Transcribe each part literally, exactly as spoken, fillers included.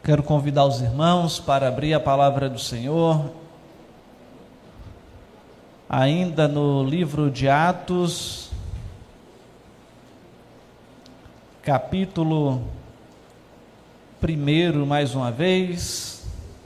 Quero convidar os irmãos para abrir a palavra do Senhor, ainda no livro de Atos, capítulo primeiro, mais uma vez,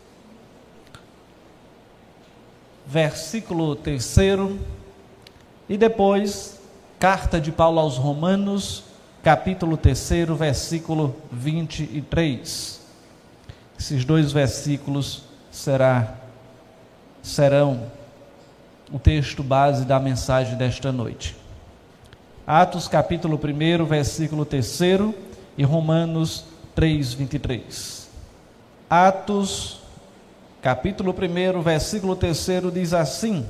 versículo terceiro, e depois, carta de Paulo aos Romanos, capítulo terceiro, versículo vinte e três. Esses dois versículos será, serão o texto base da mensagem desta noite. Atos capítulo primeiro, versículo terceiro e Romanos três, vinte e três. Atos capítulo primeiro, versículo terceiro diz assim: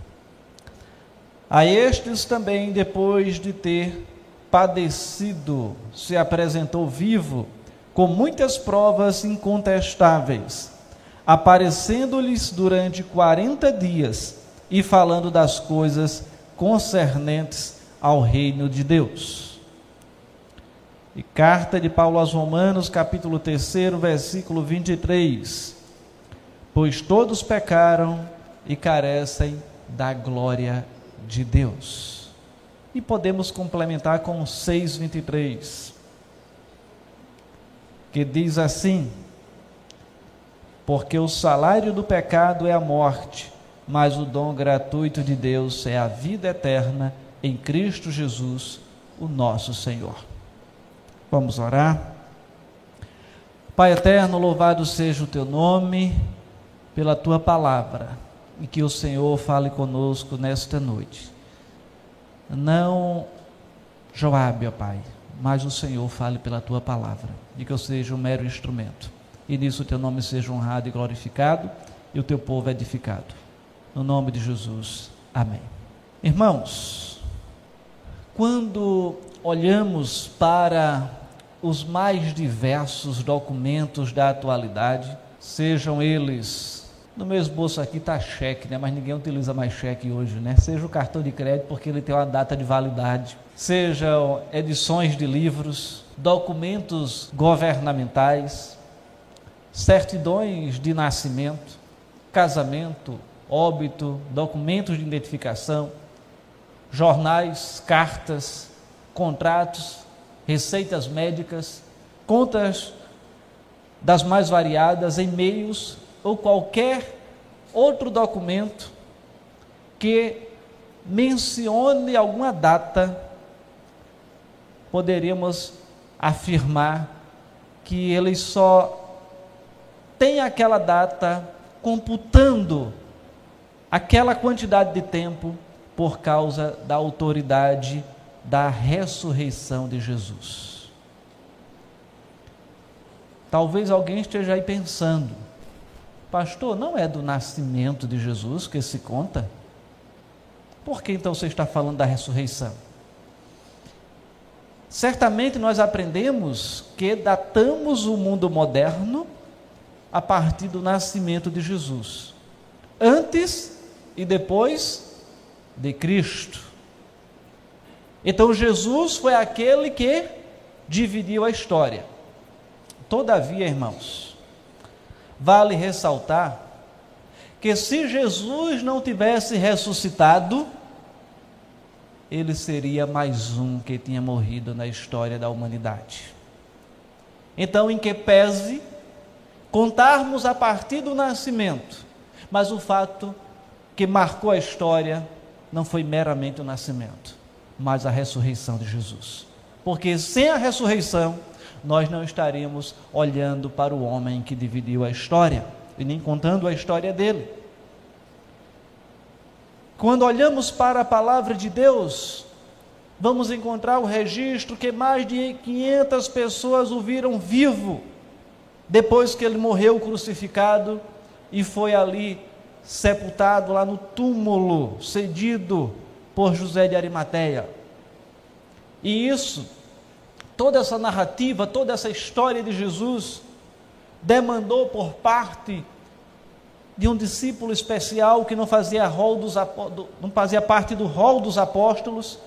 a estes também, depois de ter padecido, se apresentou vivo, com muitas provas incontestáveis, aparecendo-lhes durante quarenta dias e falando das coisas concernentes ao reino de Deus. E carta de Paulo aos Romanos, capítulo terceiro, versículo vinte e três: pois todos pecaram e carecem da glória de Deus. E podemos complementar com seis, vinte e três, que diz assim: porque o salário do pecado é a morte, mas o dom gratuito de Deus é a vida eterna em Cristo Jesus, o nosso Senhor. Vamos orar. Pai eterno, louvado seja o teu nome pela tua palavra, e que o Senhor fale conosco nesta noite. Não Joabe, ó Pai, mas o Senhor fale pela tua palavra, e que eu seja um mero instrumento, e nisso o teu nome seja honrado e glorificado, e o teu povo edificado, no nome de Jesus, amém. Irmãos, quando olhamos para os mais diversos documentos da atualidade, sejam eles, no meu esboço aqui está cheque, né? Mas ninguém utiliza mais cheque hoje, né? Seja o cartão de crédito, porque ele tem uma data de validade, sejam edições de livros, documentos governamentais, certidões de nascimento, casamento, óbito, documentos de identificação, jornais, cartas, contratos, receitas médicas, contas das mais variadas, e-mails ou qualquer outro documento que mencione alguma data, poderíamos afirmar que ele só tem aquela data computando aquela quantidade de tempo por causa da autoridade da ressurreição de Jesus. Talvez alguém esteja aí pensando: pastor, não é do nascimento de Jesus que se conta? Por que então você está falando da ressurreição? Certamente nós aprendemos que datamos o mundo moderno a partir do nascimento de Jesus, antes e depois de Cristo. Então Jesus foi aquele que dividiu a história. Todavia, irmãos, vale ressaltar que se Jesus não tivesse ressuscitado, ele seria mais um que tinha morrido na história da humanidade. Então, em que pese contarmos a partir do nascimento, mas o fato que marcou a história não foi meramente o nascimento, mas a ressurreição de Jesus. Porque sem a ressurreição, nós não estaríamos olhando para o homem que dividiu a história, e nem contando a história dele. Quando olhamos para a palavra de Deus, vamos encontrar o registro que mais de quinhentas pessoas o viram vivo, depois que ele morreu crucificado e foi ali sepultado lá no túmulo cedido por José de Arimateia. E isso, toda essa narrativa, toda essa história de Jesus demandou por parte de um discípulo especial que não fazia, rol dos, não fazia parte do rol dos apóstolos,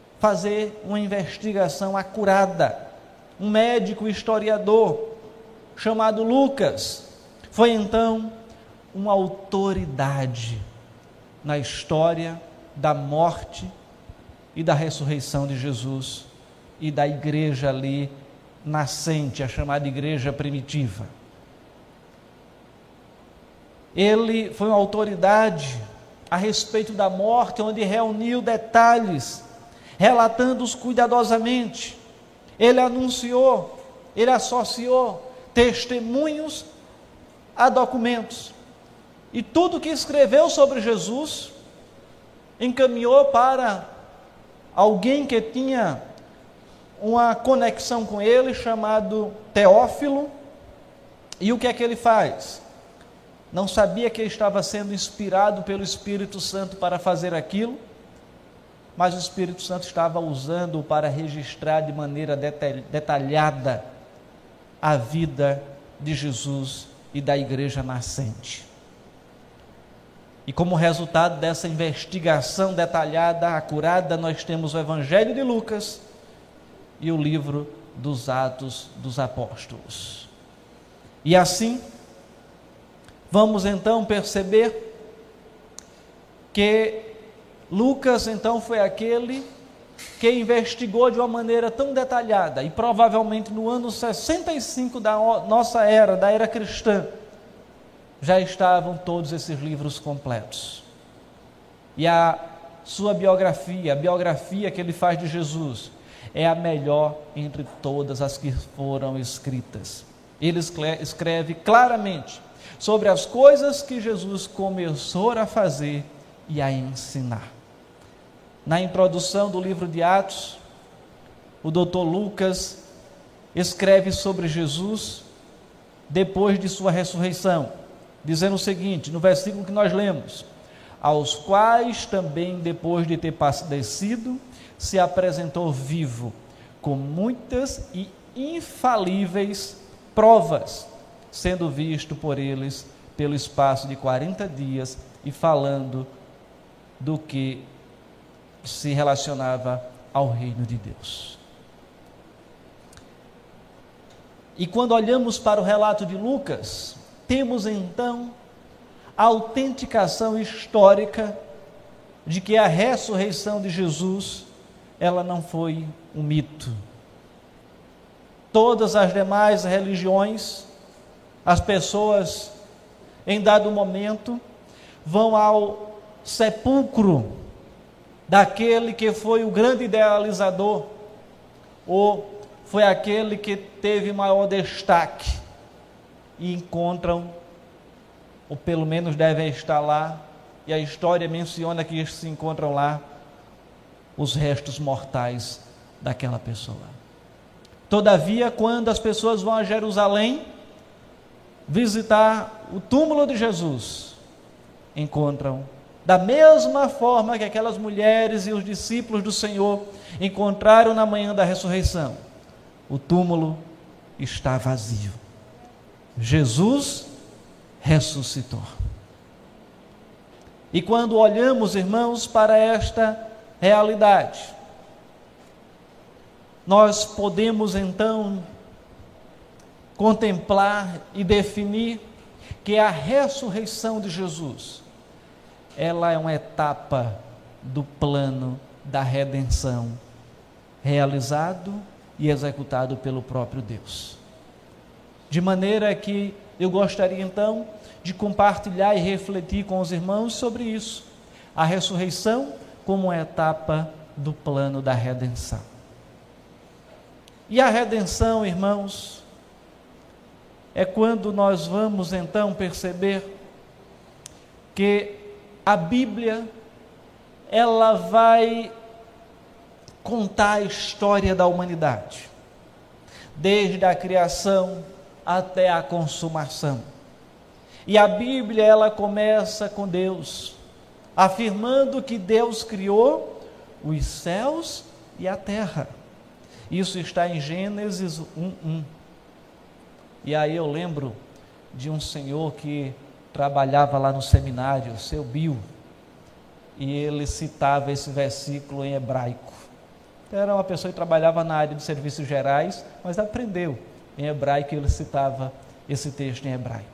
fazer uma investigação acurada, um médico historiador, chamado Lucas, foi então uma autoridade na história da morte e da ressurreição de Jesus e da igreja ali nascente, a chamada igreja primitiva. Ele foi uma autoridade a respeito da morte, onde reuniu detalhes, relatando-os cuidadosamente. Ele anunciou, ele associou testemunhos a documentos. E tudo que escreveu sobre Jesus, encaminhou para alguém que tinha uma conexão com ele, chamado Teófilo. E o que é que ele faz? Não sabia que ele estava sendo inspirado pelo Espírito Santo para fazer aquilo, mas o Espírito Santo estava usando-o para registrar de maneira detalhada a vida de Jesus e da igreja nascente. E como resultado dessa investigação detalhada, acurada, nós temos o Evangelho de Lucas e o livro dos Atos dos Apóstolos. E assim, vamos então perceber que Lucas então foi aquele que investigou de uma maneira tão detalhada, e provavelmente no ano sessenta e cinco da nossa era, da era cristã, já estavam todos esses livros completos. E a sua biografia, a biografia que ele faz de Jesus, é a melhor entre todas as que foram escritas. Ele escreve claramente sobre as coisas que Jesus começou a fazer e a ensinar. Na introdução do livro de Atos, o doutor Lucas escreve sobre Jesus depois de sua ressurreição, dizendo o seguinte, no versículo que nós lemos: aos quais também, depois de ter padecido, se apresentou vivo, com muitas e infalíveis provas, sendo visto por eles pelo espaço de quarenta dias e falando do que se relacionava ao reino de Deus. E quando olhamos para o relato de Lucas, temos então a autenticação histórica de que a ressurreição de Jesus, ela não foi um mito. Todas as demais religiões, as pessoas, em dado momento, vão ao sepulcro daquele que foi o grande idealizador, ou foi aquele que teve maior destaque, e encontram, ou pelo menos devem estar lá, e a história menciona que se encontram lá os restos mortais daquela pessoa. Todavia, quando as pessoas vão a Jerusalém visitar o túmulo de Jesus, encontram, da mesma forma que aquelas mulheres e os discípulos do Senhor encontraram na manhã da ressurreição, o túmulo está vazio. Jesus ressuscitou. E quando olhamos, irmãos, para esta realidade, nós podemos então contemplar e definir que a ressurreição de Jesus, ela é uma etapa do plano da redenção, realizado e executado pelo próprio Deus. De maneira que eu gostaria então de compartilhar e refletir com os irmãos sobre isso, a ressurreição como uma etapa do plano da redenção. E a redenção, irmãos, é quando nós vamos então perceber que a Bíblia, ela vai contar a história da humanidade, desde a criação até a consumação. E a Bíblia, ela começa com Deus, afirmando que Deus criou os céus e a terra. Isso está em Gênesis um, um. E aí eu lembro de um senhor que trabalhava lá no seminário, o seu Bill, e ele citava esse versículo em hebraico. Era uma pessoa que trabalhava na área de serviços gerais, mas aprendeu em hebraico, ele citava esse texto em hebraico.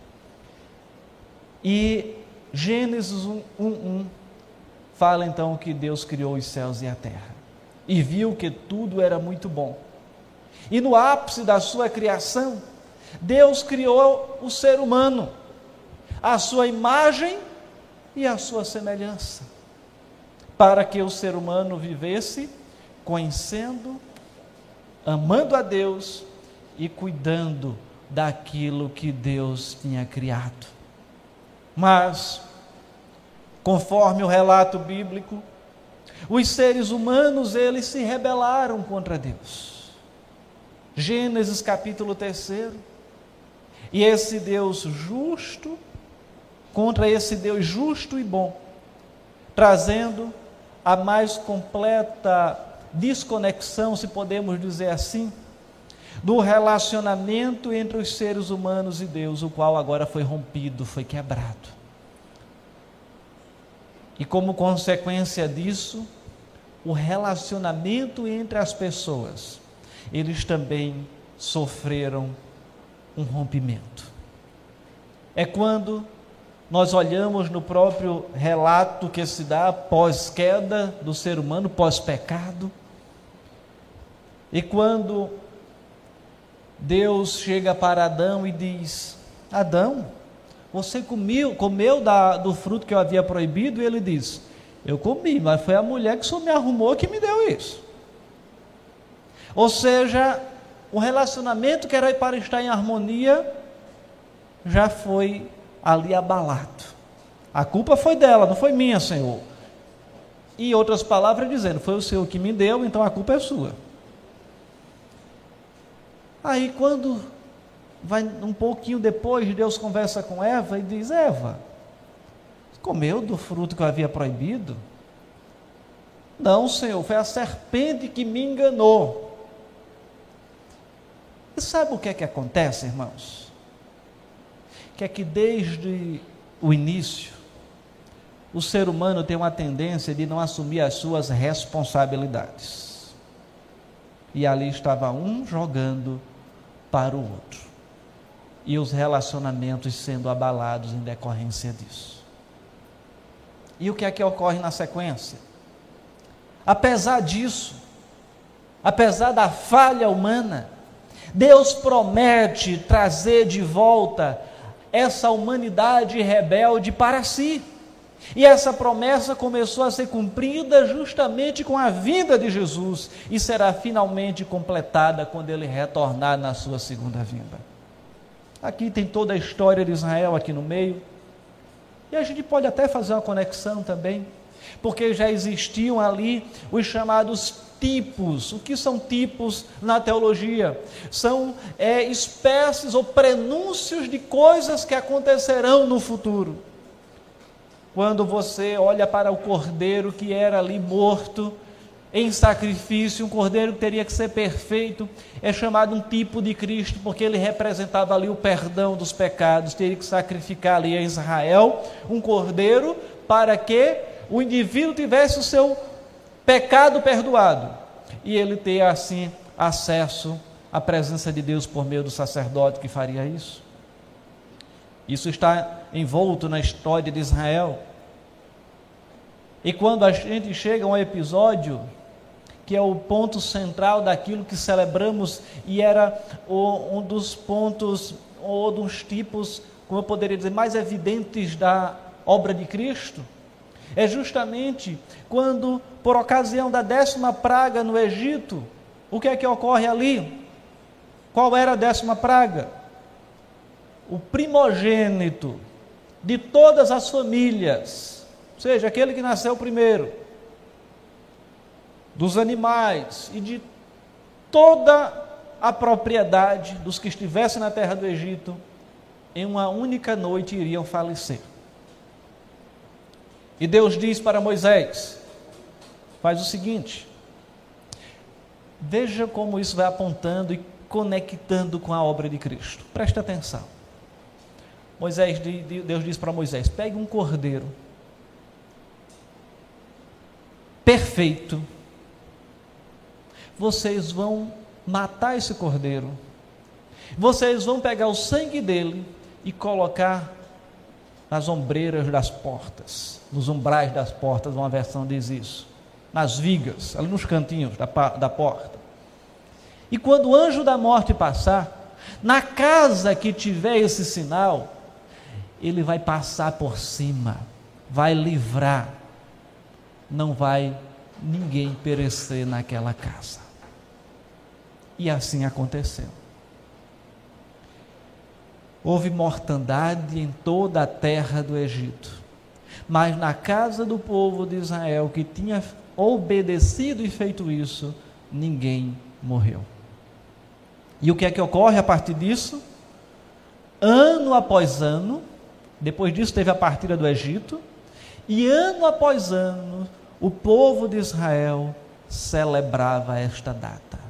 E Gênesis um, um, fala então que Deus criou os céus e a terra, e viu que tudo era muito bom. E no ápice da sua criação, Deus criou o ser humano, a sua imagem e a sua semelhança, para que o ser humano vivesse conhecendo, amando a Deus e cuidando daquilo que Deus tinha criado. Mas, conforme o relato bíblico, os seres humanos, eles se rebelaram contra Deus. Gênesis capítulo três. E esse Deus justo, contra esse Deus justo e bom, trazendo a mais completa desconexão, se podemos dizer assim, do relacionamento entre os seres humanos e Deus, o qual agora foi rompido, foi quebrado. E como consequência disso, o relacionamento entre as pessoas, eles também sofreram um rompimento. É quando nós olhamos no próprio relato que se dá pós-queda do ser humano, pós-pecado, e quando Deus chega para Adão e diz: Adão, você comeu, comeu da, do fruto que eu havia proibido? E ele diz: eu comi, mas foi a mulher que o Senhor me arrumou que me deu isso. Ou seja, o relacionamento que era para estar em harmonia já foi ali abalado. A culpa foi dela, não foi minha, Senhor. E outras palavras dizendo: foi o Senhor que me deu, então a culpa é sua. Aí quando vai um pouquinho depois, Deus conversa com Eva e diz: Eva, comeu do fruto que eu havia proibido? Não, Senhor, foi a serpente que me enganou. E sabe o que é que acontece, irmãos? Que é que desde o início, o ser humano tem uma tendência de não assumir as suas responsabilidades. E ali estava um jogando para o outro, e os relacionamentos sendo abalados em decorrência disso. E o que é que ocorre na sequência? Apesar disso, apesar da falha humana, Deus promete trazer de volta essa humanidade rebelde para si. E essa promessa começou a ser cumprida justamente com a vinda de Jesus, e será finalmente completada quando ele retornar na sua segunda vinda. Aqui tem toda a história de Israel aqui no meio, e a gente pode até fazer uma conexão também, porque já existiam ali os chamados tipos. O que são tipos na teologia? São é, espécies ou prenúncios de coisas que acontecerão no futuro. Quando você olha para o cordeiro que era ali morto em sacrifício, um cordeiro que teria que ser perfeito, é chamado um tipo de Cristo, porque ele representava ali o perdão dos pecados. Teria que sacrificar ali a Israel um cordeiro para que o indivíduo tivesse o seu pecado perdoado, e ele ter assim acesso à presença de Deus por meio do sacerdote que faria isso. Isso está envolto na história de Israel. E quando a gente chega a um episódio que é o ponto central daquilo que celebramos, e era o, um dos pontos, ou dos tipos, como eu poderia dizer, mais evidentes da obra de Cristo, é justamente quando, por ocasião da décima praga no Egito, o que é que ocorre ali? Qual era a décima praga? O primogênito de todas as famílias, ou seja, aquele que nasceu primeiro, dos animais e de toda a propriedade dos que estivessem na terra do Egito, em uma única noite iriam falecer. E Deus diz para Moisés: faz o seguinte, veja como isso vai apontando e conectando com a obra de Cristo. Presta atenção. Moisés, Deus diz para Moisés: pegue um cordeiro perfeito, vocês vão matar esse cordeiro Vocês vão pegar o sangue dele e colocar nas ombreiras das portas, nos umbrais das portas, uma versão diz isso, nas vigas, ali nos cantinhos da, da porta. E quando o anjo da morte passar, na casa que tiver esse sinal, ele vai passar por cima, vai livrar, não vai ninguém perecer naquela casa. E assim aconteceu. Houve mortandade em toda a terra do Egito, mas na casa do povo de Israel, que tinha obedecido e feito isso, ninguém morreu. E o que é que ocorre a partir disso? Ano após ano, depois disso teve a partida do Egito, e ano após ano, o povo de Israel celebrava esta data.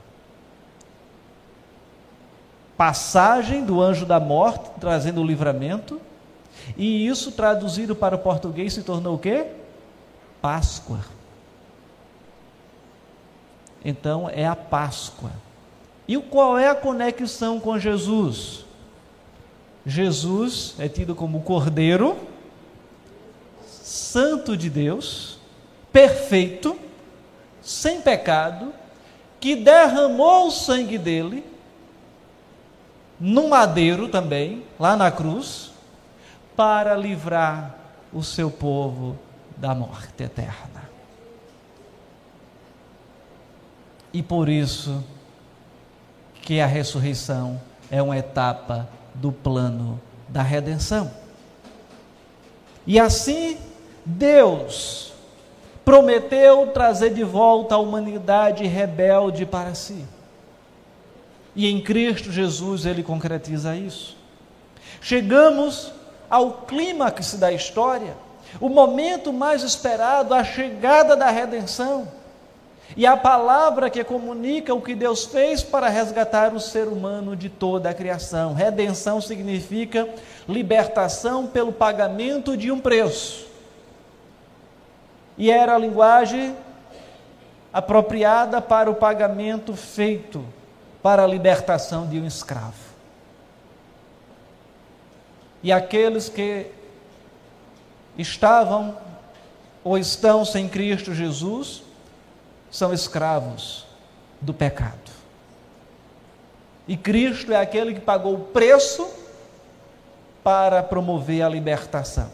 Passagem do anjo da morte, trazendo o livramento, e isso traduzido para o português se tornou o quê? Páscoa. Então é a Páscoa. E qual é a conexão com Jesus? Jesus é tido como o Cordeiro Santo de Deus, perfeito, sem pecado, que derramou o sangue dele no madeiro também, lá na cruz, para livrar o seu povo da morte eterna. E por isso que a ressurreição é uma etapa do plano da redenção. E assim, Deus prometeu trazer de volta a humanidade rebelde para si. E em Cristo Jesus ele concretiza isso. Chegamos ao clímax da história, o momento mais esperado, a chegada da redenção. E a palavra que comunica o que Deus fez para resgatar o ser humano de toda a criação. Redenção significa libertação pelo pagamento de um preço. E era a linguagem apropriada para o pagamento feito para a libertação de um escravo. E aqueles que estavam ou estão sem Cristo Jesus são escravos do pecado. E Cristo é aquele que pagou o preço para promover a libertação.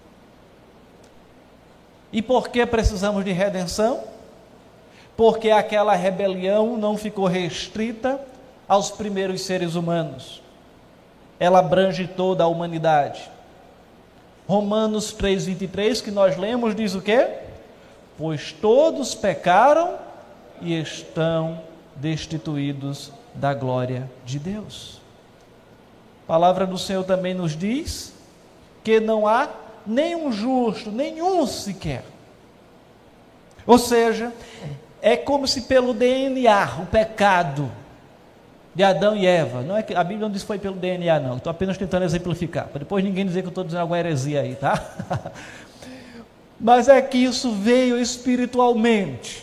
E por que precisamos de redenção? Porque aquela rebelião não ficou restrita aos primeiros seres humanos. Ela abrange toda a humanidade. Romanos três, vinte e três, que nós lemos, diz o quê? Pois todos pecaram e estão destituídos da glória de Deus. A palavra do Senhor também nos diz que não há nenhum justo, nenhum sequer. Ou seja, é como se pelo D N A, o pecado de Adão e Eva, não é que a Bíblia não diz que foi pelo D N A não, estou apenas tentando exemplificar, para depois ninguém dizer que eu estou dizendo alguma heresia aí, tá? Mas é que isso veio espiritualmente,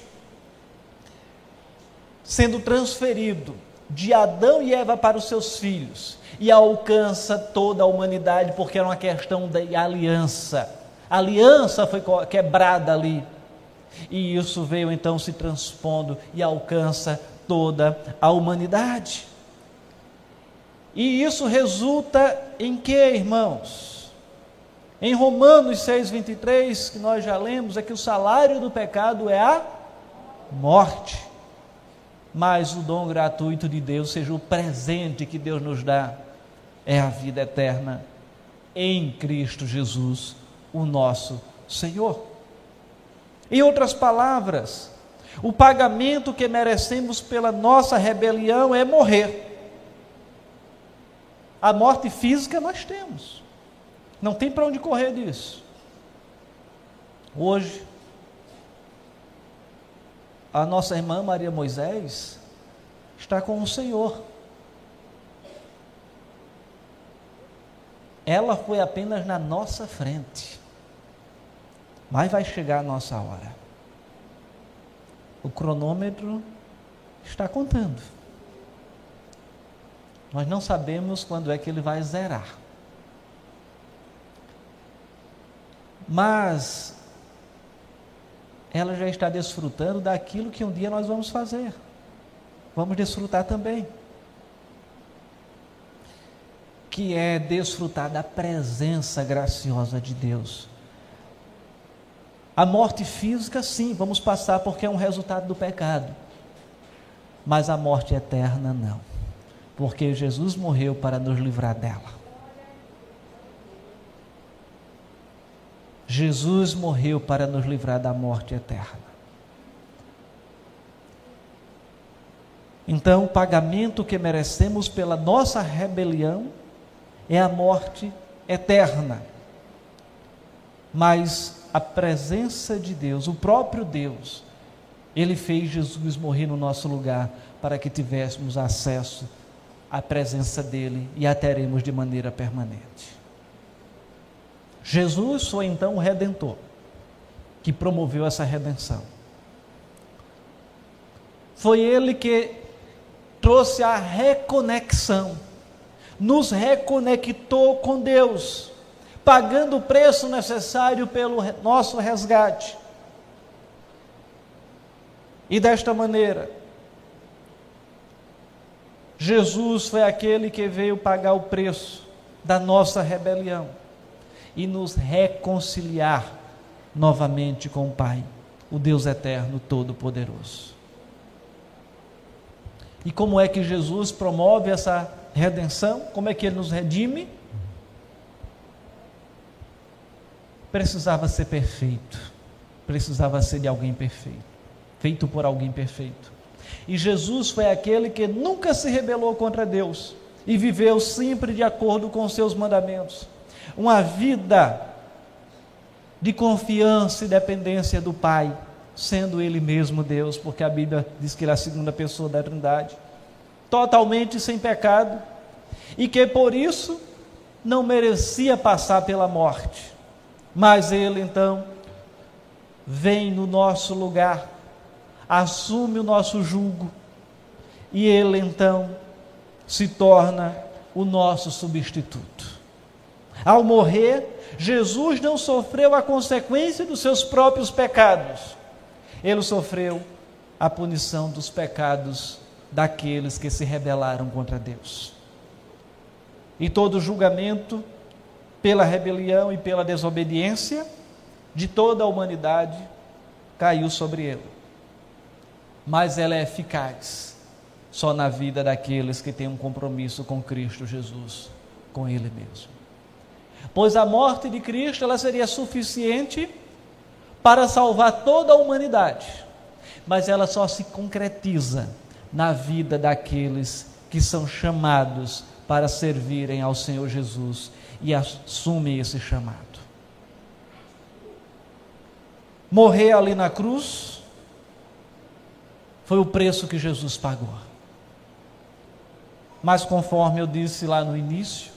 sendo transferido de Adão e Eva para os seus filhos, e alcança toda a humanidade, porque era uma questão de aliança. A aliança foi quebrada ali, e isso veio então se transpondo e alcança toda a humanidade. E isso resulta em quê, irmãos? Em Romanos seis, vinte e três, que nós já lemos, é que o salário do pecado é a morte, mas o dom gratuito de Deus, seja o presente que Deus nos dá, é a vida eterna em Cristo Jesus, o nosso Senhor. Em outras palavras, o pagamento que merecemos pela nossa rebelião é morrer. A morte física nós temos, não tem para onde correr disso. Hoje, a nossa irmã Maria Moisés está com o Senhor. Ela foi apenas na nossa frente, mas vai chegar a nossa hora. O cronômetro está contando. Nós não sabemos quando é que ele vai zerar. Mas ela já está desfrutando daquilo que um dia nós vamos fazer. Vamos desfrutar também. Que é desfrutar da presença graciosa de Deus. A morte física, sim, vamos passar porque é um resultado do pecado. Mas a morte eterna, não. Porque Jesus morreu para nos livrar dela. Jesus morreu para nos livrar da morte eterna. Então, o pagamento que merecemos pela nossa rebelião é a morte eterna. Mas a presença de Deus, o próprio Deus, Ele fez Jesus morrer no nosso lugar para que tivéssemos acesso à presença dEle e a teremos de maneira permanente. Jesus foi então o Redentor, que promoveu essa redenção. Foi Ele que trouxe a reconexão, nos reconectou com Deus, pagando o preço necessário pelo nosso resgate. E desta maneira, Jesus foi aquele que veio pagar o preço da nossa rebelião e nos reconciliar novamente com o Pai, o Deus eterno, todo-poderoso. E como é que Jesus promove essa redenção? Como é que Ele nos redime? Precisava ser perfeito, precisava ser de alguém perfeito, feito por alguém perfeito. E Jesus foi aquele que nunca se rebelou contra Deus e viveu sempre de acordo com os seus mandamentos. Uma vida de confiança e dependência do Pai, sendo Ele mesmo Deus, porque a Bíblia diz que Ele é a segunda pessoa da Trindade, totalmente sem pecado, e que por isso não merecia passar pela morte, mas Ele então vem no nosso lugar, assume o nosso jugo, e Ele então se torna o nosso substituto. Ao morrer, Jesus não sofreu a consequência dos seus próprios pecados, Ele sofreu a punição dos pecados daqueles que se rebelaram contra Deus. E todo julgamento pela rebelião e pela desobediência de toda a humanidade caiu sobre Ele. Mas ela é eficaz só na vida daqueles que têm um compromisso com Cristo Jesus, com Ele mesmo. Pois a morte de Cristo, ela seria suficiente para salvar toda a humanidade, mas ela só se concretiza na vida daqueles que são chamados para servirem ao Senhor Jesus e assumem esse chamado. Morrer ali na cruz foi o preço que Jesus pagou. Mas conforme eu disse lá no início,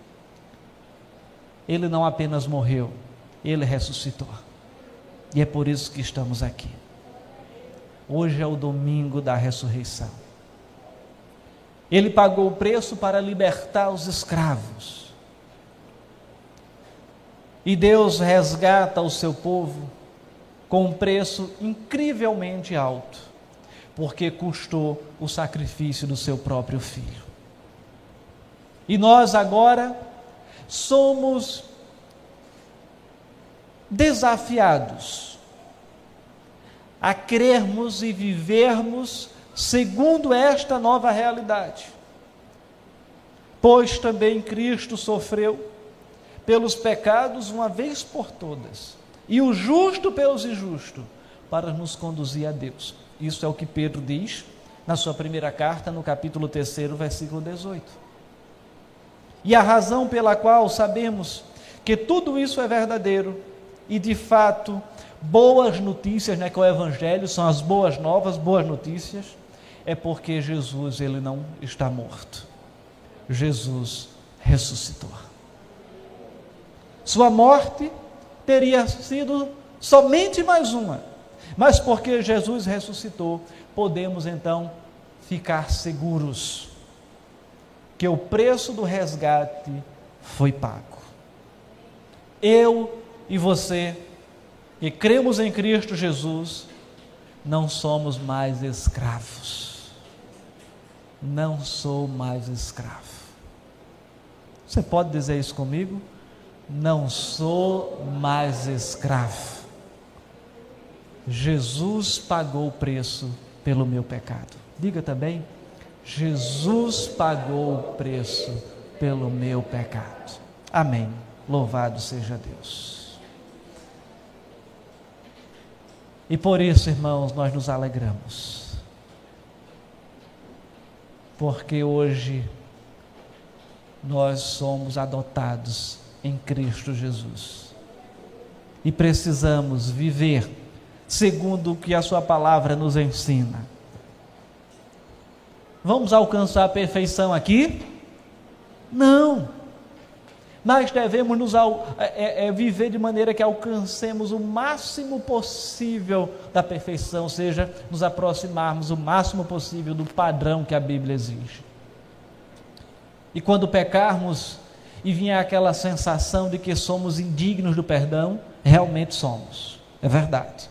Ele não apenas morreu, Ele ressuscitou. E é por isso que estamos aqui. Hoje é o domingo da ressurreição. Ele pagou o preço para libertar os escravos. E Deus resgata o seu povo com um preço incrivelmente alto, porque custou o sacrifício do seu próprio Filho. E nós agora somos desafiados a crermos e vivermos segundo esta nova realidade. Pois também Cristo sofreu pelos pecados uma vez por todas, e o justo pelos injustos, para nos conduzir a Deus. Isso é o que Pedro diz na sua primeira carta, no capítulo terceiro, versículo dezoito. E a razão pela qual sabemos que tudo isso é verdadeiro, e de fato, boas notícias, né, que o Evangelho são as boas novas, boas notícias, é porque Jesus, Ele não está morto. Jesus ressuscitou. Sua morte teria sido somente mais uma, mas porque Jesus ressuscitou, podemos então ficar seguros porque o preço do resgate foi pago. Eu e você, que cremos em Cristo Jesus, não somos mais escravos. Não sou mais escravo. Você pode dizer isso comigo? Não sou mais escravo. Jesus pagou o preço pelo meu pecado. Diga também: Jesus pagou o preço pelo meu pecado. Amém. Louvado seja Deus. E por isso, irmãos, nós nos alegramos. Porque hoje nós somos adotados em Cristo Jesus. E precisamos viver segundo o que a sua palavra nos ensina. Vamos alcançar a perfeição aqui? Não. Mas devemos nos, é, é, viver de maneira que alcancemos o máximo possível da perfeição, ou seja, nos aproximarmos o máximo possível do padrão que a Bíblia exige. E quando pecarmos e vier aquela sensação de que somos indignos do perdão, realmente somos, é verdade.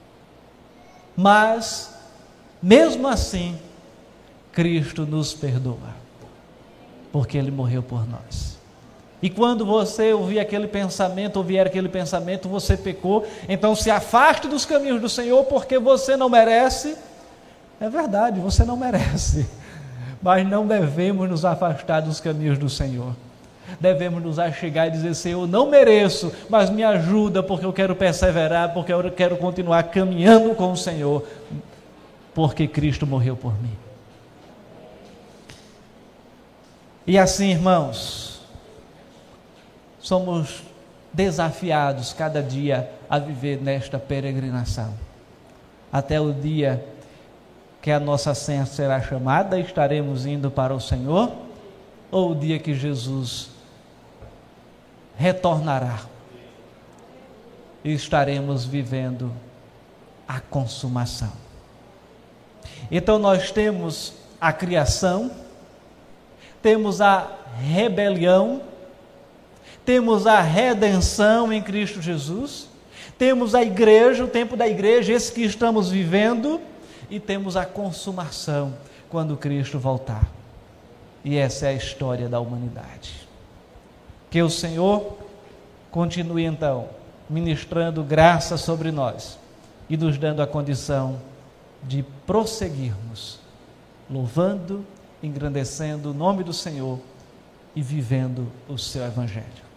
Mas, mesmo assim, Cristo nos perdoa, porque Ele morreu por nós. E quando você ouvir aquele pensamento, ou vier aquele pensamento, você pecou, então se afaste dos caminhos do Senhor, porque você não merece. É verdade, você não merece, mas não devemos nos afastar dos caminhos do Senhor. Devemos nos achegar e dizer: Senhor, não mereço, mas me ajuda, porque eu quero perseverar, porque eu quero continuar caminhando com o Senhor, porque Cristo morreu por mim. E assim, irmãos, somos desafiados cada dia a viver nesta peregrinação, até o dia que a nossa senha será chamada e estaremos indo para o Senhor, ou o dia que Jesus retornará e estaremos vivendo a consumação. Então nós temos a criação, temos a rebelião, temos a redenção em Cristo Jesus, temos a igreja, o tempo da igreja, esse que estamos vivendo, e temos a consumação quando Cristo voltar. E essa é a história da humanidade. Que o Senhor continue então ministrando graça sobre nós e nos dando a condição de prosseguirmos, louvando, engrandecendo o nome do Senhor e vivendo o seu Evangelho.